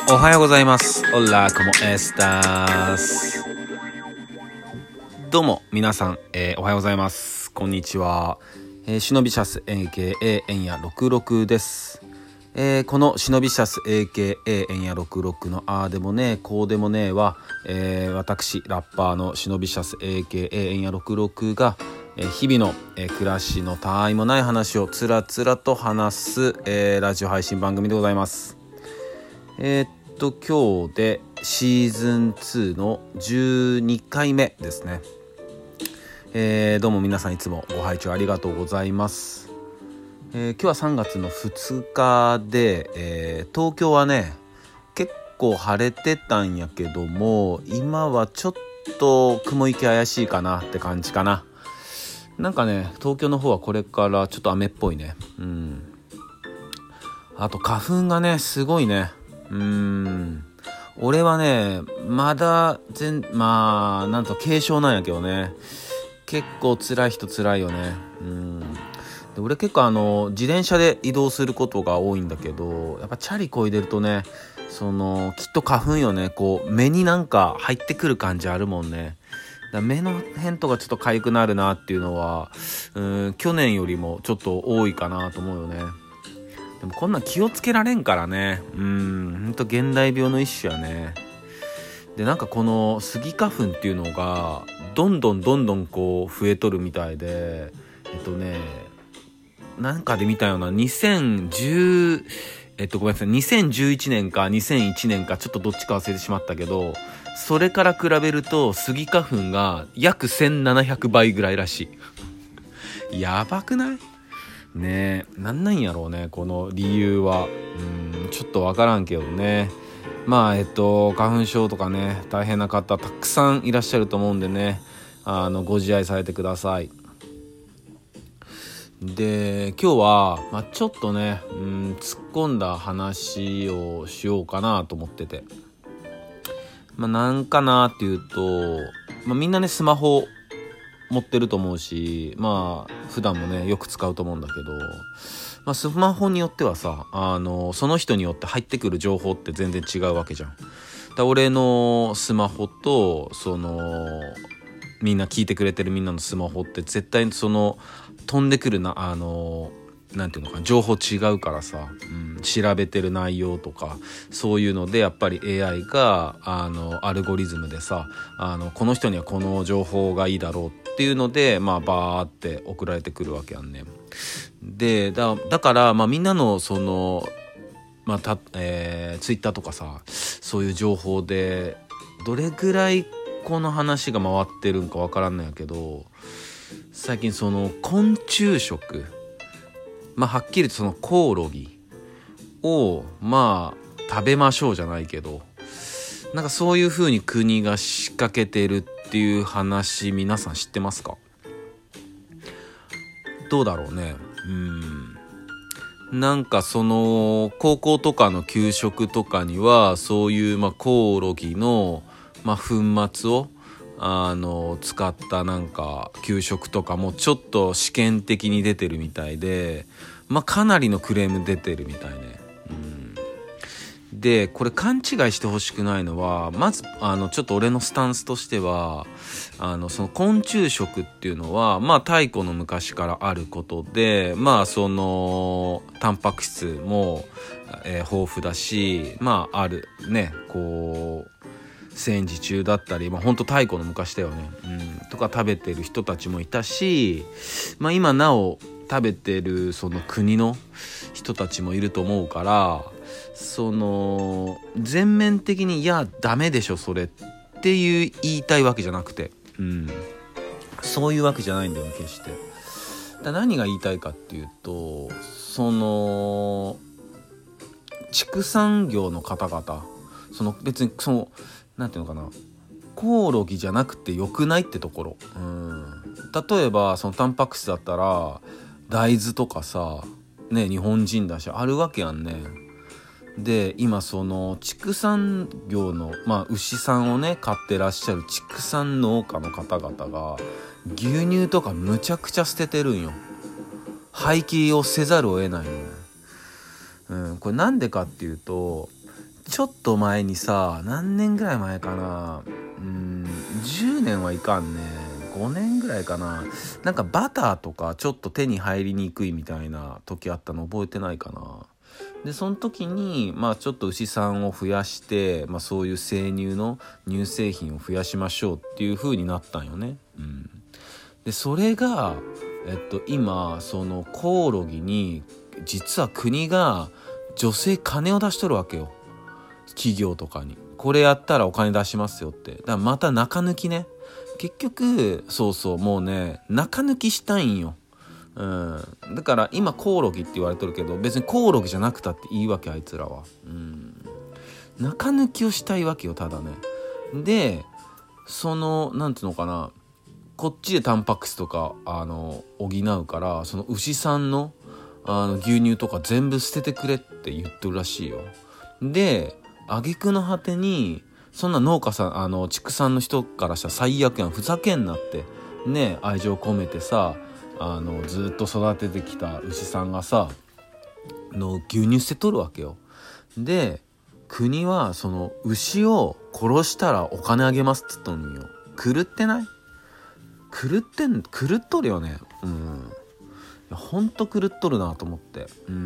おはようございます。オラコモエスタス。どうも皆さん、おはようございます。こんにちは。シノビシャス AKA エンヤ66です。このシノビシャス AKA エンヤ66のあーでもねえこうでもねえは、私ラッパーのシノビシャス AKA エンヤ66が日々の暮らしの他愛もない話をつらつらと話す、ラジオ配信番組でございます。今日でシーズン2の12回目ですね。どうも皆さんいつもご拝聴ありがとうございます。今日は3月の2日で、東京はね結構晴れてたんやけども、今はちょっと雲行き怪しいかなって感じかな。なんかね東京の方はこれからちょっと雨っぽいね。あと花粉がねすごいね。俺はねまだなんと軽症なんやけどね、結構辛い人辛いよね。で俺結構自転車で移動することが多いんだけど、やっぱチャリこいでるとねきっと花粉よね。こう目になんか入ってくる感じあるもんね。だ目の辺とかちょっと痒くなるなっていうのは去年よりもちょっと多いかなと思うよね。でもこんなん気をつけられんからね。ほんと現代病の一種やね。でなんかこのスギ花粉っていうのがどんどんこう増えとるみたいで、なんかで見たような2011年か2001年かちょっとどっちか忘れてしまったけど、それから比べるとスギ花粉が約1700倍ぐらいらしい。やばくない？ねえ、なんやろうねこの理由は。ちょっとわからんけどね。まあ花粉症とかね大変な方たくさんいらっしゃると思うんでね、ご自愛されてください。で今日は、ちょっとね突っ込んだ話をしようかなと思ってて、なんかなっていうと、みんなねスマホ持ってると思うし、普段もねよく使うと思うんだけど、スマホによってはさその人によって入ってくる情報って全然違うわけじゃん。俺のスマホとみんな聞いてくれてるみんなのスマホって絶対飛んでくるなんていうのかな、情報違うからさ、調べてる内容とかそういうのでやっぱり AI がアルゴリズムでさこの人にはこの情報がいいだろうっていうのでバーって送られてくるわけやんね。でだからみんなのツイッターとかさそういう情報でどれぐらいこの話が回ってるんかわからんのやけど、最近昆虫食、はっきりとコオロギを食べましょうじゃないけど、なんかそういう風に国が仕掛けてるっていう話皆さん知ってますか？どうだろうね。なんか高校とかの給食とかにはそういうコオロギの粉末を使ったなんか給食とかもちょっと試験的に出てるみたいで、かなりのクレーム出てるみたいね。でこれ勘違いしてほしくないのは、まずちょっと俺のスタンスとしては昆虫食っていうのは太古の昔からあることで、タンパク質も、豊富だしあるねこう戦時中だったりほんと太古の昔だよね、とか食べてる人たちもいたし、今なお食べてる国の人たちもいると思うから、全面的にいやダメでしょそれっていう言いたいわけじゃなくて、そういうわけじゃないんだよね決して。何が言いたいかっていうと、畜産業の方々別になんていうのかな、コオロギじゃなくてよくないってところ。例えばタンパク質だったら大豆とかさね、日本人だしあるわけやんね。で今畜産業の牛さんをね飼ってらっしゃる畜産農家の方々が牛乳とかむちゃくちゃ捨ててるんよ。廃棄をせざるを得ないのね。これなんでかっていうと、ちちょっと前にさ、何年ぐらい前かな、10年はいかんね、5年ぐらいかな、なんかバターとかちょっと手に入りにくいみたいな時あったの覚えてないかな。でその時にちょっと牛さんを増やして、そういう生乳の乳製品を増やしましょうっていう風になったんよね。でそれが今そのコオロギに実は国が助成金を出しとるわけよ、企業とかに。これやったらお金出しますよって。だからまた中抜きね、結局もうね中抜きしたいんよ。だから今コオロギって言われてるけど、別にコオロギじゃなくたっていいわけ、あいつらは。中抜きをしたいわけよ、ただね。でなんていうのかな、こっちでタンパク質とか補うから、その牛さんの牛乳とか全部捨ててくれって言ってるらしいよ。で挙句の果てにそんな農家さん畜産の人からしたら最悪やん、ふざけんなってね、愛情込めてさずっと育ててきた牛さんがさ牛乳捨てとるわけよ。で国はその牛を殺したらお金あげますって言っとんよ。狂ってない？狂っとるよね。ほんと狂っとるなと思って。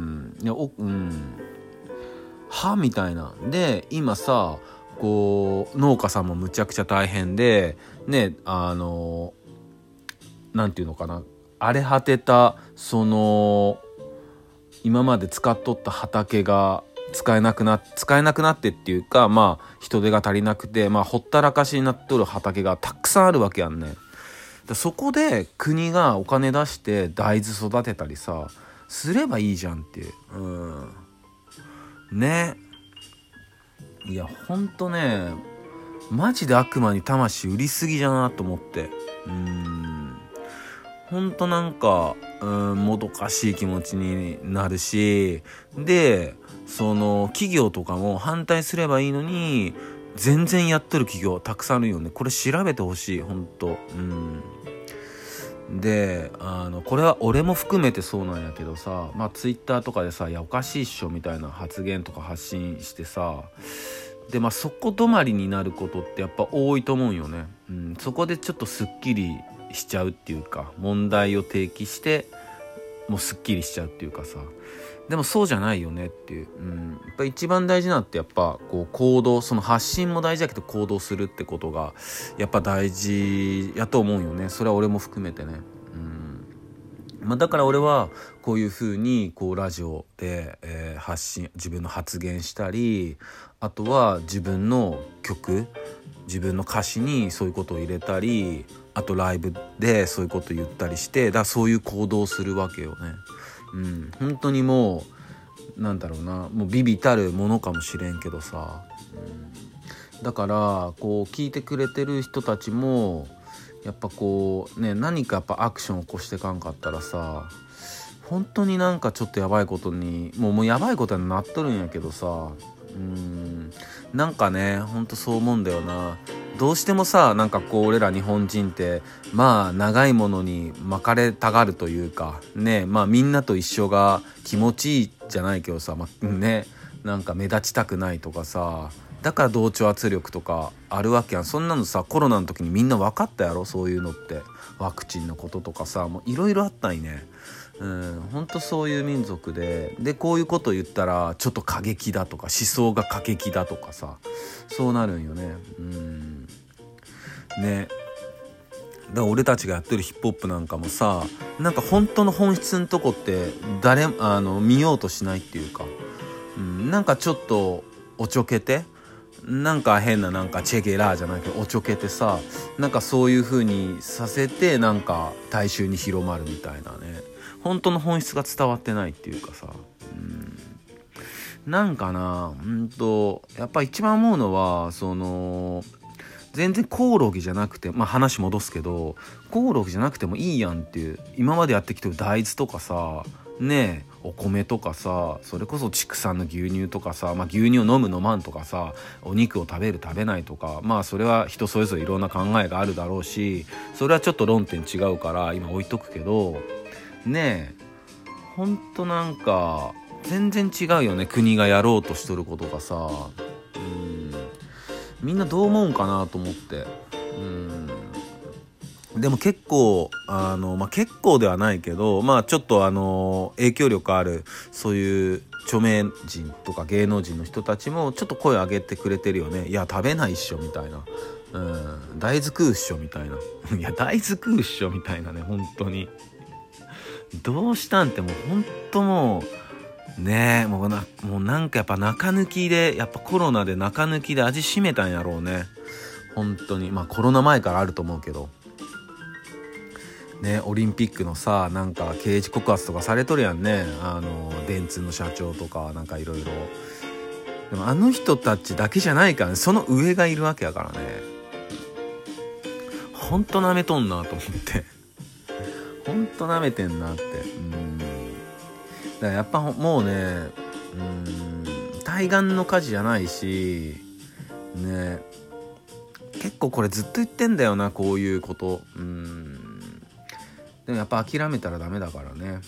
はみたいな。で今さこう農家さんもむちゃくちゃ大変でね、なんていうのかな、荒れ果てた今まで使っとった畑が使えなくなってっていうか、人手が足りなくてほったらかしになっとる畑がたくさんあるわけやんね。そこで国がお金出して大豆育てたりさすればいいじゃんっていう。ね、いやほんとね、マジで悪魔に魂売りすぎじゃなと思って。ほんとなんかもどかしい気持ちになるし、で企業とかも反対すればいいのに全然やっとる企業たくさんあるよね。これ調べてほしい、ほんと。でこれは俺も含めてそうなんやけどさ、ツイッターとかでさ、いやおかしいっしょみたいな発言とか発信してさ、でそこ止まりになることってやっぱ多いと思うよね。そこでちょっとスッキリしちゃうっていうか、問題を提起してもうスッキリしちゃうっていうかさ、でもそうじゃないよねっていう。やっぱ一番大事なのってやっぱこう行動、その発信も大事だけど行動するってことがやっぱ大事やと思うよね。それは俺も含めてね。だから俺はこういう風にこうラジオで、発信、自分の発言したり、あとは自分の曲、自分の歌詞にそういうことを入れたり、あとライブでそういうことを言ったりして、だからそういう行動をするわけよね。本当にもうなんだろうな、もう微々たるものかもしれんけどさ、だからこう聞いてくれてる人たちもやっぱこうね、何かやっぱアクションを起こしてかんかったらさ、本当になんかちょっとやばいことにもうやばいことになっとるんやけどさ、なんかね、ほんとそう思うんだよな。どうしてもさ、なんかこう俺ら日本人って長いものに巻かれたがるというかね、みんなと一緒が気持ちいいじゃないけどさ、ね、なんか目立ちたくないとかさ、だから同調圧力とかあるわけやん。そんなのさ、コロナの時にみんな分かったやろ、そういうのって。ワクチンのこととかさ、もういろいろあったんいね。ほんとそういう民族でこういうこと言ったらちょっと過激だとか、思想が過激だとかさ、そうなるんよね。ね、だから俺たちがやってるヒップホップなんかもさ、なんか本当の本質のとこって見ようとしないっていうか、なんかちょっとおちょけて、なんか変ななんかチェゲラーじゃないけどおちょけてさ、なんかそういう風にさせてなんか大衆に広まるみたいなね、本当の本質が伝わってないっていうかさ、なんかな、やっぱ一番思うのは全然コオロギじゃなくて、話戻すけど、コオロギじゃなくてもいいやんっていう。今までやってきてる大豆とかさ、ねえ、お米とかさ、それこそ畜産の牛乳とかさ、牛乳を飲む飲まんとかさ、お肉を食べる食べないとか、それは人それぞれいろんな考えがあるだろうし、それはちょっと論点違うから今置いとくけど、ねえ、ほんとなんか全然違うよね、国がやろうとしとることがさ。 みんなどう思うんかなと思って。でも結構結構ではないけど、ちょっと影響力あるそういう著名人とか芸能人の人たちもちょっと声上げてくれてるよね。いや食べないっしょみたいな、大豆食うっしょみたいないや大豆食うっしょみたいなね。本当にどうしたんって、もう本当もうね、もうなんかやっぱ中抜きで、やっぱコロナで中抜きで味しめたんやろうね。本当にコロナ前からあると思うけどね。オリンピックのさ、なんか刑事告発とかされとるやんね。電通の社長とかなんかいろいろ。でもあの人たちだけじゃないからね、その上がいるわけやからね。ほんと舐めとんなと思ってほんと舐めてんなって。だからやっぱもうね、対岸の火事じゃないしね。結構これずっと言ってんだよな、こういうこと。でもやっぱ諦めたらダメだからね。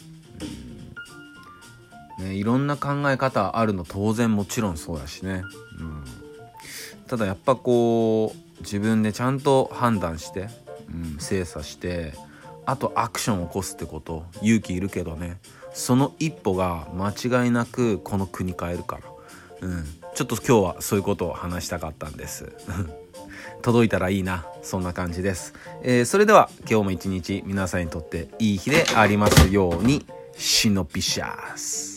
いろんな考え方あるの当然もちろんそうやしね。ただやっぱこう自分でちゃんと判断して、精査して、あとアクションを起こすってこと、勇気いるけどね。その一歩が間違いなくこの国変えるから。ちょっと今日はそういうことを話したかったんです届いたらいいな、そんな感じです。それでは今日も一日皆さんにとっていい日でありますように。シノピシャス。